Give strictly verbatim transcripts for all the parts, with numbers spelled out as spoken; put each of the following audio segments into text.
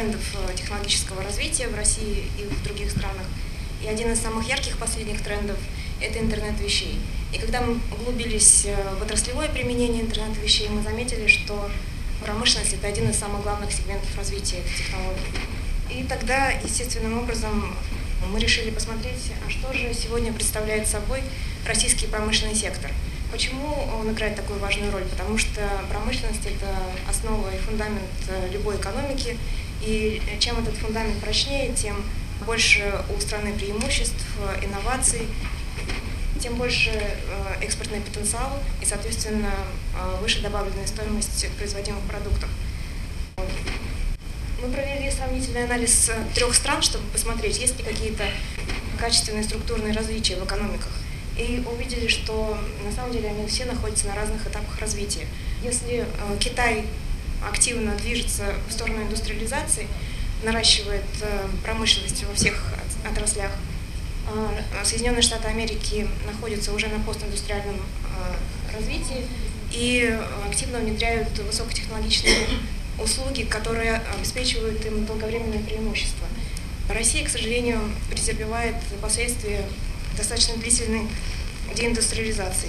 трендов технологического развития в России и в других странах. И один из самых ярких последних трендов – это интернет вещей. И когда мы углубились в отраслевое применение интернета вещей, мы заметили, что промышленность – это один из самых главных сегментов развития этих технологий. И тогда, естественным образом, мы решили посмотреть, а что же сегодня представляет собой российский промышленный сектор. Почему он играет такую важную роль? Потому что промышленность – это основа и фундамент любой экономики, и чем этот фундамент прочнее, тем больше у страны преимуществ, инноваций, тем больше экспортный потенциал и, соответственно, выше добавленная стоимость производимых продуктов. Мы провели сравнительный анализ трех стран, чтобы посмотреть, есть ли какие-то качественные структурные различия в экономиках. И увидели, что на самом деле они все находятся на разных этапах развития. Если Китай активно движется в сторону индустриализации, наращивает промышленность во всех отраслях, Соединенные Штаты Америки находятся уже на постиндустриальном развитии и активно внедряют высокотехнологичные услуги, которые обеспечивают им долговременное преимущество. Россия, к сожалению, претерпевает последствия достаточно длительной деиндустриализации.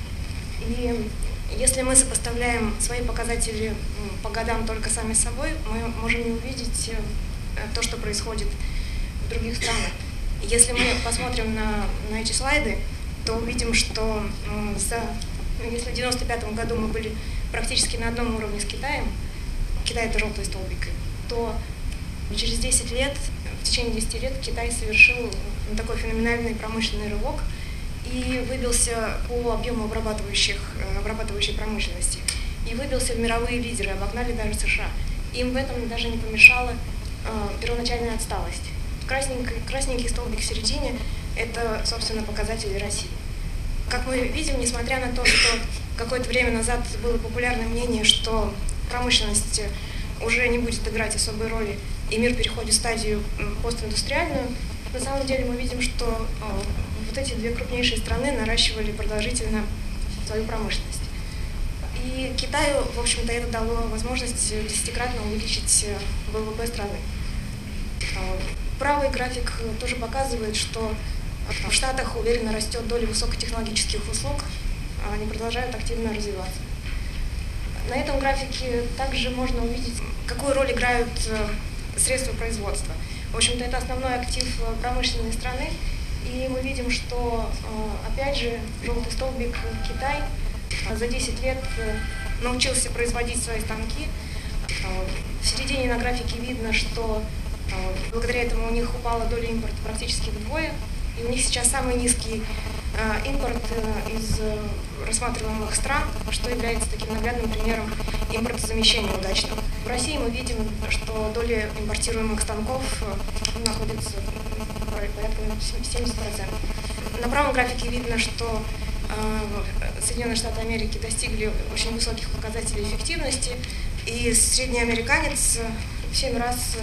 И если мы сопоставляем свои показатели по годам только сами с собой, мы можем не увидеть то, что происходит в других странах. Если мы посмотрим на, на эти слайды, то увидим, что за, если в девяносто пятом году мы были практически на одном уровне с Китаем, Китай – это желтый столбик, то через десять лет, в течение десяти лет Китай совершил такой феноменальный промышленный рывок и выбился по объему обрабатывающих, обрабатывающей промышленности. И выбился в мировые лидеры, обогнали даже США. Им в этом даже не помешала э, первоначальная отсталость. Красненький, красненький столбик в середине – это, собственно, показатели России. Как мы видим, несмотря на то, что какое-то время назад было популярное мнение, что промышленность уже не будет играть особой роли, и мир переходит в стадию постиндустриальную, на самом деле мы видим, что э, вот эти две крупнейшие страны наращивали продолжительно свою промышленность. И Китаю, в общем-то, это дало возможность десятикратно увеличить вэ вэ пэ страны. Правый график тоже показывает, что в Штатах уверенно растет доля высокотехнологических услуг, они продолжают активно развиваться. На этом графике также можно увидеть, какую роль играют средства производства. В общем-то, это основной актив промышленной страны, и мы видим, что, опять же, желтый столбик Китай за десять лет научился производить свои станки. В середине на графике видно, что благодаря этому у них упала доля импорта практически вдвое, и у них сейчас самый низкий импорт из рассматриваемых стран, что является таким наглядным примером импортозамещения удачного. В России мы видим, что доля импортируемых станков находится порядка семьдесят процентов. На правом графике видно, что Соединенные Штаты Америки достигли очень высоких показателей эффективности, и средний американец в семь раз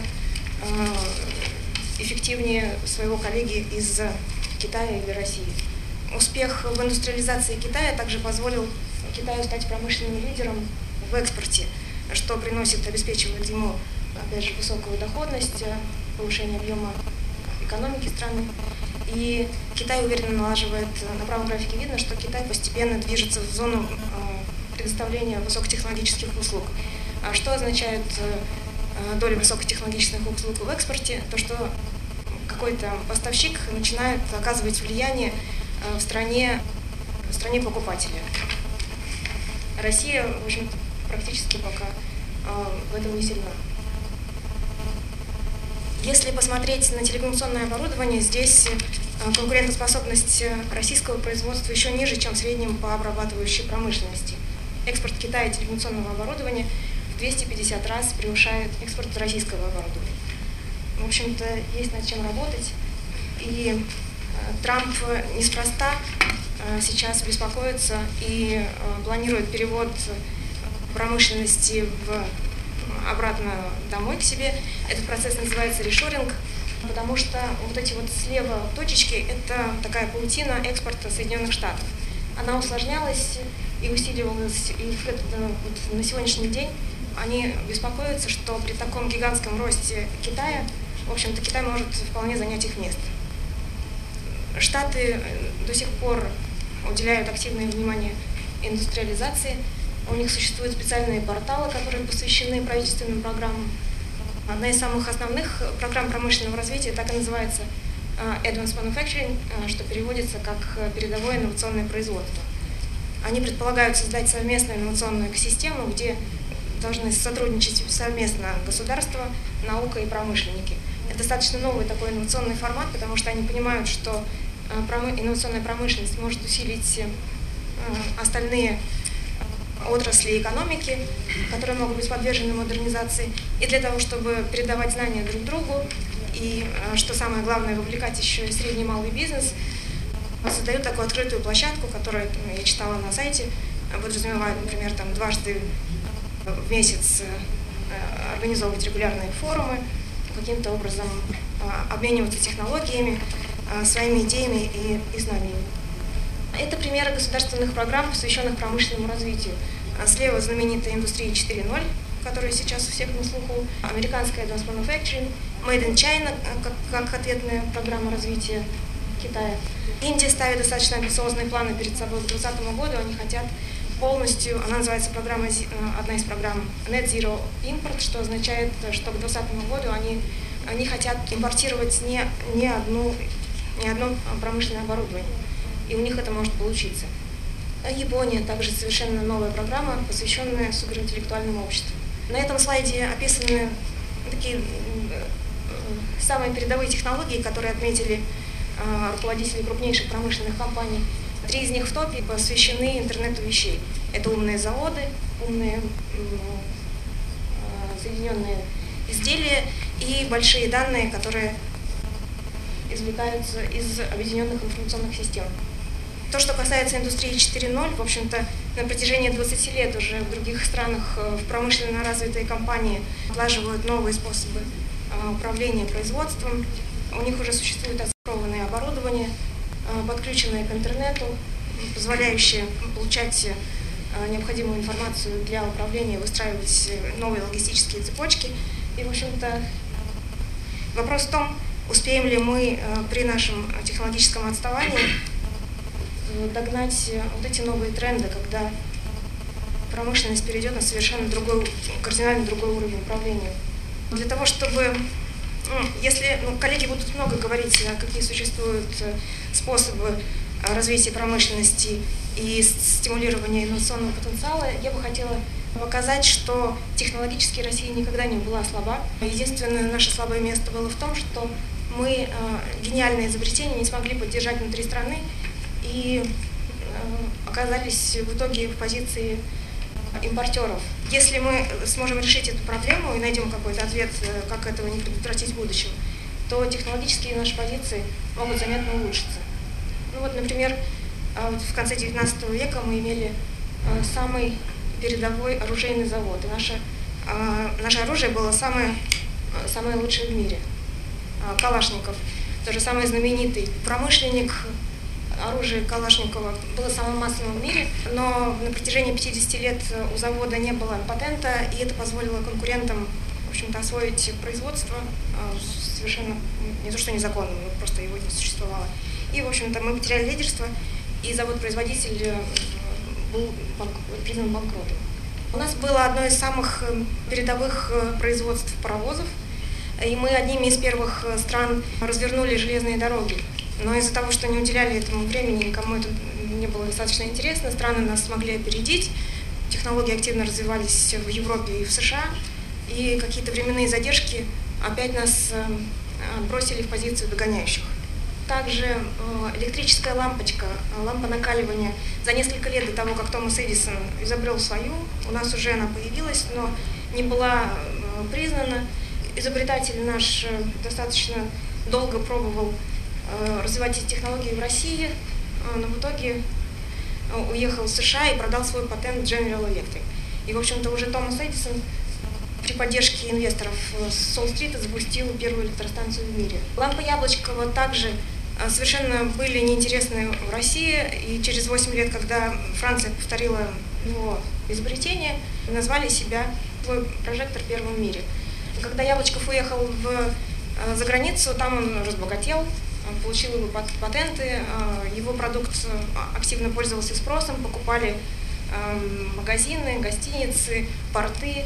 эффективнее своего коллеги из Китая или России. Успех в индустриализации Китая также позволил Китаю стать промышленным лидером в экспорте, что приносит, обеспечивает ему, опять же, высокую доходность, повышение объема экономики страны. И Китай уверенно налаживает, на правом графике видно, что Китай постепенно движется в зону предоставления высокотехнологических услуг. Что означает доля высокотехнологичных услуг в экспорте? То, что какой-то поставщик начинает оказывать влияние в стране, в стране покупателя. Россия, в общем, практически пока в этом не сильна. Если посмотреть на телекоммуникационное оборудование, здесь конкурентоспособность российского производства еще ниже, чем в среднем по обрабатывающей промышленности. Экспорт Китая телекоммуникационного оборудования в двести пятьдесят раз превышает экспорт российского оборудования. В общем-то, есть над чем работать. И Трамп неспроста сейчас беспокоится и планирует перевод промышленности в обратно домой к себе. Этот процесс называется решоринг, потому что вот эти вот слева точечки – это такая паутина экспорта Соединенных Штатов. Она усложнялась и усиливалась, и вот на сегодняшний день Они беспокоятся, что при таком гигантском росте Китая, в общем-то, Китай может вполне занять их место. Штаты до сих пор уделяют активное внимание индустриализации. У них существуют специальные порталы, которые посвящены правительственным программам. Одна из самых основных программ промышленного развития так и называется Advanced Manufacturing, что переводится как передовое инновационное производство. Они предполагают создать совместную инновационную экосистему, где должны сотрудничать совместно государство, наука и промышленники. Это достаточно новый такой инновационный формат, потому что они понимают, что инновационная промышленность может усилить остальные отрасли экономики, которые могут быть подвержены модернизации. И для того, чтобы передавать знания друг другу, и, что самое главное, вовлекать еще и средний и малый бизнес, создают такую открытую площадку, которая, я читала на сайте, подразумевает, например, там, дважды в месяц организовывать регулярные форумы, каким-то образом обмениваться технологиями, своими идеями и, и знаниями. Это примеры государственных программ, посвященных промышленному развитию. Слева знаменитая индустрия четыре ноль, которая сейчас у всех на слуху, американская Advanced Manufacturing, Made in China, как, как ответная программа развития Китая. Индия ставит достаточно амбициозные планы перед собой к двадцатому году. Они хотят полностью, она называется программа, одна из программ Net Zero Import, что означает, что к двадцатому году они, они хотят импортировать не, не, одну, не одно промышленное оборудование. И у них это может получиться. Япония также совершенно новая программа, посвященная суперинтеллектуальному обществу. На этом слайде описаны такие самые передовые технологии, которые отметили руководители крупнейших промышленных компаний. Три из них в топе посвящены интернету вещей. Это умные заводы, умные соединенные изделия и большие данные, которые извлекаются из объединенных информационных систем. То, что касается индустрии четыре ноль, в общем-то, на протяжении двадцати лет уже в других странах в промышленно развитые компании отлаживают новые способы управления производством. У них уже существует оцифрованное оборудование, подключенное к интернету, позволяющее получать необходимую информацию для управления, выстраивать новые логистические цепочки. И, в общем-то, вопрос в том, успеем ли мы при нашем технологическом отставании догнать вот эти новые тренды, когда промышленность перейдет на совершенно другой, кардинально другой уровень управления. Для того, чтобы, ну, если ну, коллеги будут много говорить, какие существуют способы развития промышленности и стимулирования инновационного потенциала, я бы хотела показать, что технологически Россия никогда не была слаба. Единственное наше слабое место было в том, что мы гениальные изобретения не смогли поддержать внутри страны, и э, оказались в итоге в позиции импортеров. Если мы сможем решить эту проблему и найдем какой-то ответ, как этого не предотвратить в будущем, то технологические наши позиции могут заметно улучшиться. Ну вот, например, в конце девятнадцатого века мы имели самый передовой оружейный завод. И наше, наше оружие было самое, самое лучшее в мире. Калашников, тоже самый знаменитый промышленник. Оружие Калашникова было самым массовым в мире, но на протяжении пятидесяти лет у завода не было патента, и это позволило конкурентам, в общем-то, освоить производство совершенно не то что незаконно, но просто его не существовало. И, в общем-то, мы потеряли лидерство, и завод-производитель был банк... признан банкротом. У нас было одно из самых передовых производств паровозов, и мы одними из первых стран развернули железные дороги. Но из-за того, что не уделяли этому времени, никому это не было достаточно интересно, страны нас смогли опередить, технологии активно развивались в Европе и в США, и какие-то временные задержки опять нас бросили в позицию догоняющих. Также электрическая лампочка, лампа накаливания, за несколько лет до того, как Томас Эдисон изобрел свою, у нас уже она появилась, но не была признана. Изобретатель наш достаточно долго пробовал развивать эти технологии в России, но в итоге уехал в США и продал свой патент General Electric. И, в общем-то, уже Томас Эдисон при поддержке инвесторов с Солл-стрита запустил первую электростанцию в мире. Лампа Яблочкова также совершенно были неинтересны в России, и через восемь лет, когда Франция повторила его изобретение, назвали себя Свой прожектор первым в мире. Когда Яблочков уехал в, за границу, там он разбогател, получил его патенты, его продукт активно пользовался спросом, покупали магазины, гостиницы, порты.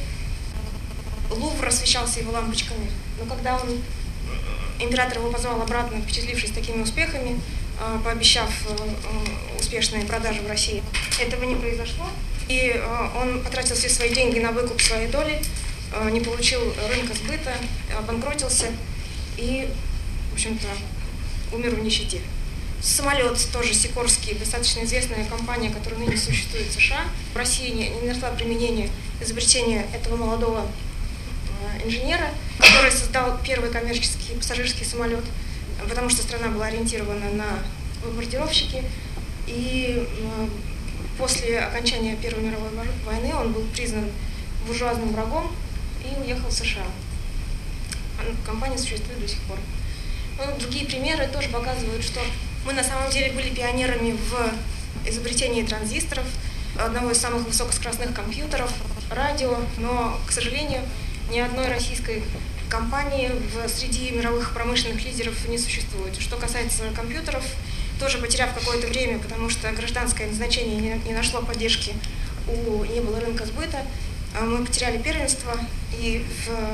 Лувр освещался его лампочками. Но когда он, император его позвал обратно, впечатлившись такими успехами, пообещав успешные продажи в России, этого не произошло. И он потратил все свои деньги на выкуп своей доли, не получил рынка сбыта, обанкротился и, в общем-то, умер в нищете. Самолет тоже Сикорский, достаточно известная компания, которая ныне существует в США. В России не, не нашла применения изобретения этого молодого э, инженера, который создал первый коммерческий пассажирский самолет, потому что страна была ориентирована на бомбардировщики. И э, после окончания Первой мировой войны он был признан буржуазным врагом и уехал в США. Компания существует до сих пор. Ну, другие примеры тоже показывают, что мы на самом деле были пионерами в изобретении транзисторов, одного из самых высокоскоростных компьютеров, радио, но, к сожалению, ни одной российской компании в среди мировых промышленных лидеров не существует. Что касается компьютеров, тоже потеряв какое-то время, потому что гражданское назначение не, не нашло поддержки, у, не было рынка сбыта, мы потеряли первенство и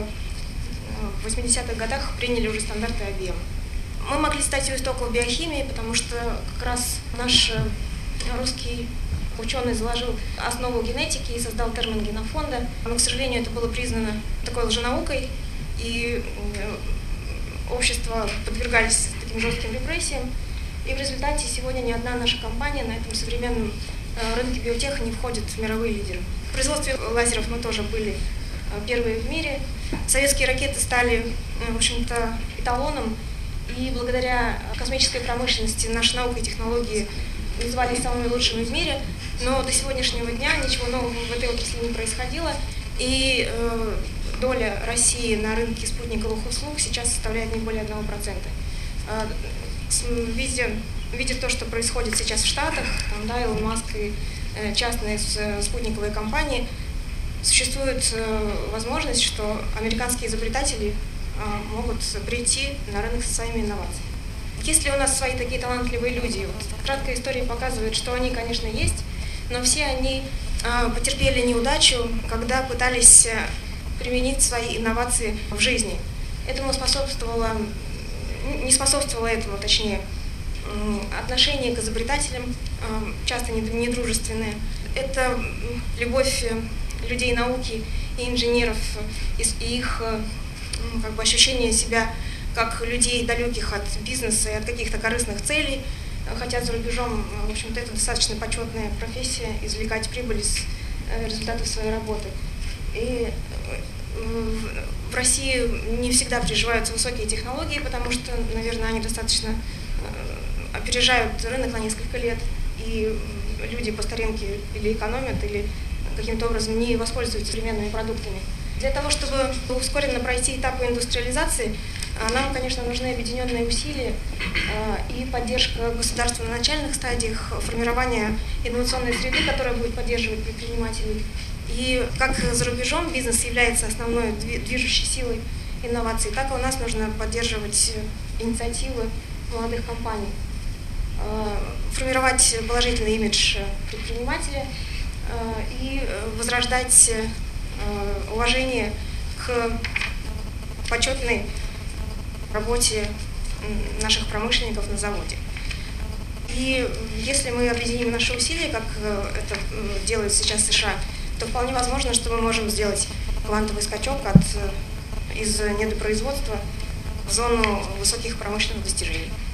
в восьмидесятых годах приняли уже стандарты ай би эм. Мы могли стать у истоков биохимии, потому что как раз наш русский ученый заложил основу генетики и создал термин генофонда. Но, к сожалению, это было признано такой лженаукой, и общества подвергались таким жестким репрессиям. И в результате сегодня ни одна наша компания на этом современном рынке биотеха не входит в мировые лидеры. В производстве лазеров мы тоже были первые в мире. Советские ракеты стали, в общем-то, эталоном, и благодаря космической промышленности наши наука и технологии назывались самыми лучшими в мире, но до сегодняшнего дня ничего нового в этой отрасли не происходило, и э, доля России на рынке спутниковых услуг сейчас составляет не более одного процента. Э, видя, видя то, что происходит сейчас в Штатах, там, да, Илон Маск и э, частные э, спутниковые компании, существует э, возможность, что американские изобретатели э, могут прийти на рынок со своими инновациями. Есть ли у нас свои такие талантливые люди? Вот, краткая история показывает, что они, конечно, есть, но все они э, потерпели неудачу, когда пытались э, применить свои инновации в жизни. Этому способствовало, не способствовало этому, точнее, э, отношение к изобретателям, э, часто недружественное. Это любовь людей науки и инженеров, и их как бы, ощущение себя как людей, далеких от бизнеса и от каких-то корыстных целей, хотя за рубежом, в общем-то, это достаточно почетная профессия, извлекать прибыль из результатов своей работы. И в России не всегда приживаются высокие технологии, потому что, наверное, они достаточно опережают рынок на несколько лет, и люди по старинке или экономят, или каким-то образом не воспользуются современными продуктами. Для того, чтобы ускоренно пройти этапы индустриализации, нам, конечно, нужны объединенные усилия и поддержка государства на начальных стадиях, формирование инновационной среды, которая будет поддерживать предпринимателей. И как за рубежом бизнес является основной движущей силой инноваций, так и у нас нужно поддерживать инициативы молодых компаний, формировать положительный имидж предпринимателя и возрождать уважение к почетной работе наших промышленников на заводе. И если мы объединим наши усилия, как это делает сейчас США, то вполне возможно, что мы можем сделать квантовый скачок от, из недопроизводства в зону высоких промышленных достижений.